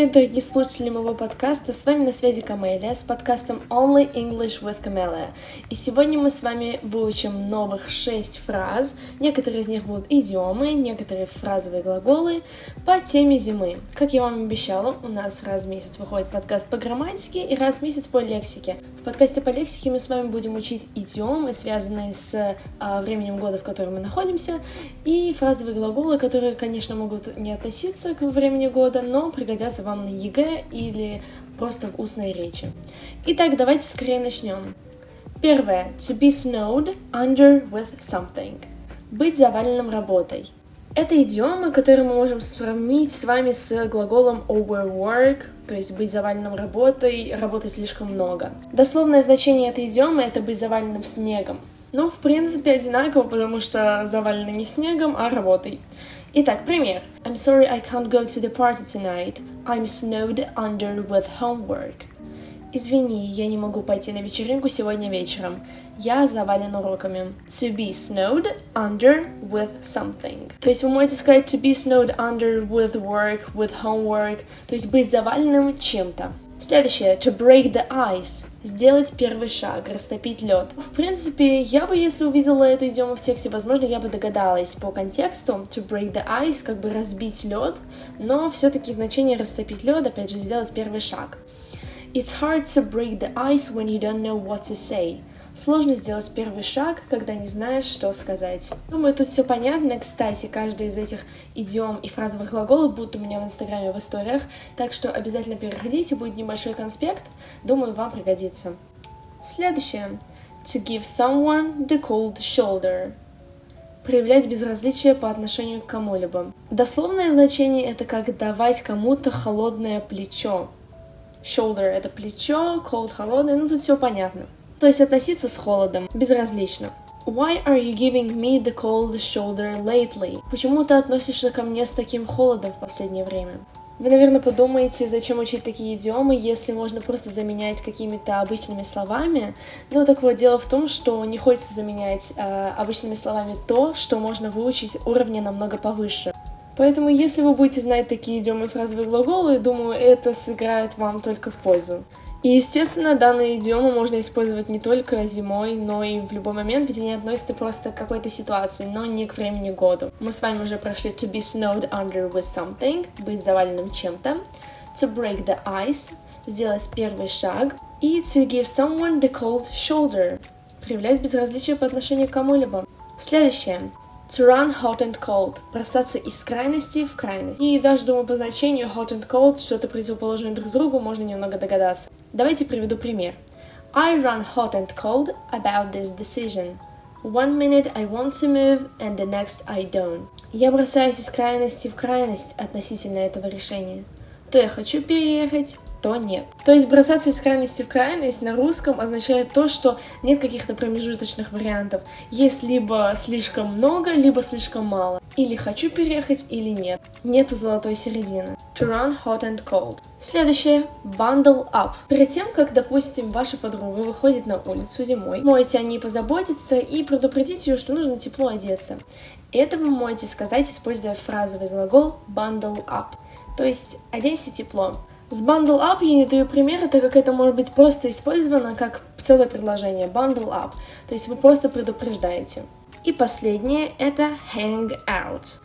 привет, дорогие слушатели моего подкаста, с вами на связи Камелия с подкастом Only English with Camelia. И сегодня мы с вами выучим новых 6 фраз, некоторые из них будут идиомы, некоторые фразовые глаголы по теме зимы. Как я вам обещала, у нас раз в месяц выходит подкаст по грамматике и раз в месяц по лексике. В подкасте по лексике мы с вами будем учить идиомы, связанные с временем года, в котором мы находимся, и фразовые глаголы, которые, конечно, могут не относиться к времени года, но пригодятся вам на ЕГЭ или просто в устной речи. Итак, давайте скорее начнем. Первое. To be snowed under with something. Быть заваленным работой. Это идиома, которую мы можем сравнить с вами с глаголом overwork, то есть быть заваленным работой, работать слишком много. Дословное значение этой идиомы — это быть заваленным снегом. Ну, в принципе, одинаково, потому что завалено не снегом, а работой. Итак, пример. I'm sorry I can't go to the party tonight. I'm snowed under with homework. Извини, я не могу пойти на вечеринку сегодня вечером. Я завален уроками. To be snowed under with something. То есть вы можете сказать to be snowed under with work, with homework. То есть быть заваленным чем-то. Следующее. To break the ice. Сделать первый шаг, растопить лед. В принципе, я бы, если увидела эту идиому в тексте, возможно, я бы догадалась по контексту. To break the ice, как бы разбить лед, но все-таки значение растопить лед, опять же, сделать первый шаг. It's hard to break the ice when you don't know what to say. Сложно сделать первый шаг, когда не знаешь, что сказать. Думаю, тут все понятно. Кстати, каждый из этих идиом и фразовых глаголов будут у меня в Инстаграме в историях, так что обязательно переходите, будет небольшой конспект. Думаю, вам пригодится. Следующее. To give someone the cold shoulder. Проявлять безразличие по отношению к кому-либо. Дословное значение — это как давать кому-то холодное плечо. Shoulder — это плечо, cold — холодное, ну тут все понятно. То есть относиться с холодом, безразлично. Why are you giving me the cold shoulder lately? Почему ты относишься ко мне с таким холодом в последнее время? Вы, наверное, подумаете, зачем учить такие идиомы, если можно просто заменять какими-то обычными словами. Ну, так вот, дело в том, что не хочется заменять обычными словами то, что можно выучить уровня намного повыше. Поэтому, если вы будете знать такие идиомы и фразовые глаголы, думаю, это сыграет вам только в пользу. И, естественно, данные идиомы можно использовать не только зимой, но и в любой момент, ведь они относятся просто к какой-то ситуации, но не к времени года. Мы с вами уже прошли to be snowed under with something, быть заваленным чем-то, to break the ice, сделать первый шаг, и to give someone the cold shoulder, проявлять безразличие по отношению к кому-либо. Следующее. To run hot and cold. Бросаться из крайности в крайность. И даже, думаю, по значению hot and cold, что-то противоположное друг другу, можно немного догадаться. Давайте приведу пример. I run hot and cold about this decision. One minute I want to move, and the next I don't. Я бросаюсь из крайности в крайность относительно этого решения. То я хочу переехать, то нет. То есть бросаться из крайности в крайность на русском означает то, что нет каких-то промежуточных вариантов. Есть либо слишком много, либо слишком мало. Или хочу переехать, или нет. Нету золотой середины. To run hot and cold. Следующее. Bundle up. Перед тем, как, допустим, ваша подруга выходит на улицу зимой, можете о ней позаботиться и предупредить ее, что нужно тепло одеться. Это вы можете сказать, используя фразовый глагол bundle up. То есть оденься тепло. С bundle up я не даю примера, так как это может быть просто использовано как целое предложение. Bundle up. То есть вы просто предупреждаете. И последнее — это hang out.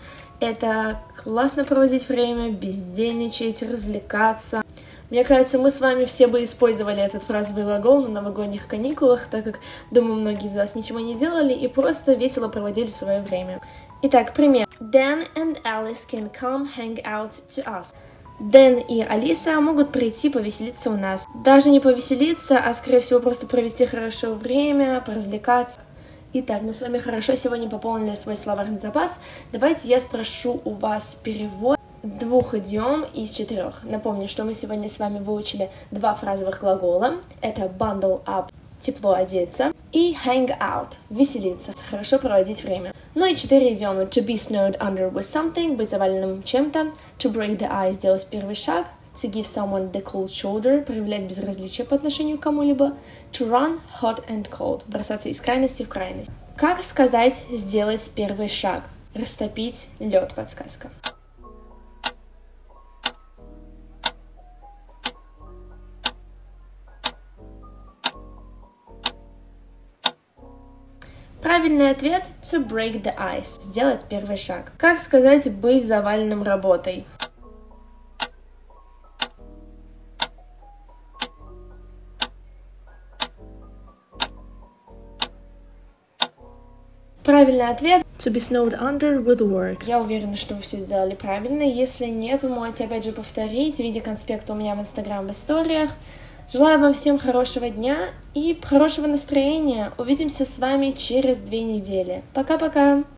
Это классно проводить время, бездельничать, развлекаться. Мне кажется, мы с вами все бы использовали этот фразовый глагол на новогодних каникулах, так как, думаю, многие из вас ничего не делали и просто весело проводили свое время. Итак, пример. Dan and Alice can come hang out to us. Дэн и Алиса могут прийти повеселиться у нас. Даже не повеселиться, а, скорее всего, просто провести хорошо время, поразвлекаться. Итак, мы с вами хорошо сегодня пополнили свой словарный запас. Давайте я спрошу у вас перевод 2 идиом из 4. Напомню, что мы сегодня с вами выучили 2 фразовых глагола. Это bundle up, тепло одеться, и hang out, веселиться, хорошо проводить время. Ну и 4 идиомы. To be snowed under with something, быть заваленным чем-то. To break the ice, сделать первый шаг. To give someone the cold shoulder, проявлять безразличие по отношению к кому-либо. To run hot and cold, бросаться из крайности в крайность. Как сказать «сделать первый шаг»? Растопить лед, подсказка. Правильный ответ — to break the ice, сделать первый шаг. Как сказать «быть заваленным работой»? Правильный ответ — to be snowed under with work. Я уверена, что вы все сделали правильно. Если нет, вы можете опять же повторить в виде конспекта у меня в Инстаграм в историях. Желаю вам всем хорошего дня и хорошего настроения. Увидимся с вами через 2 недели. Пока-пока!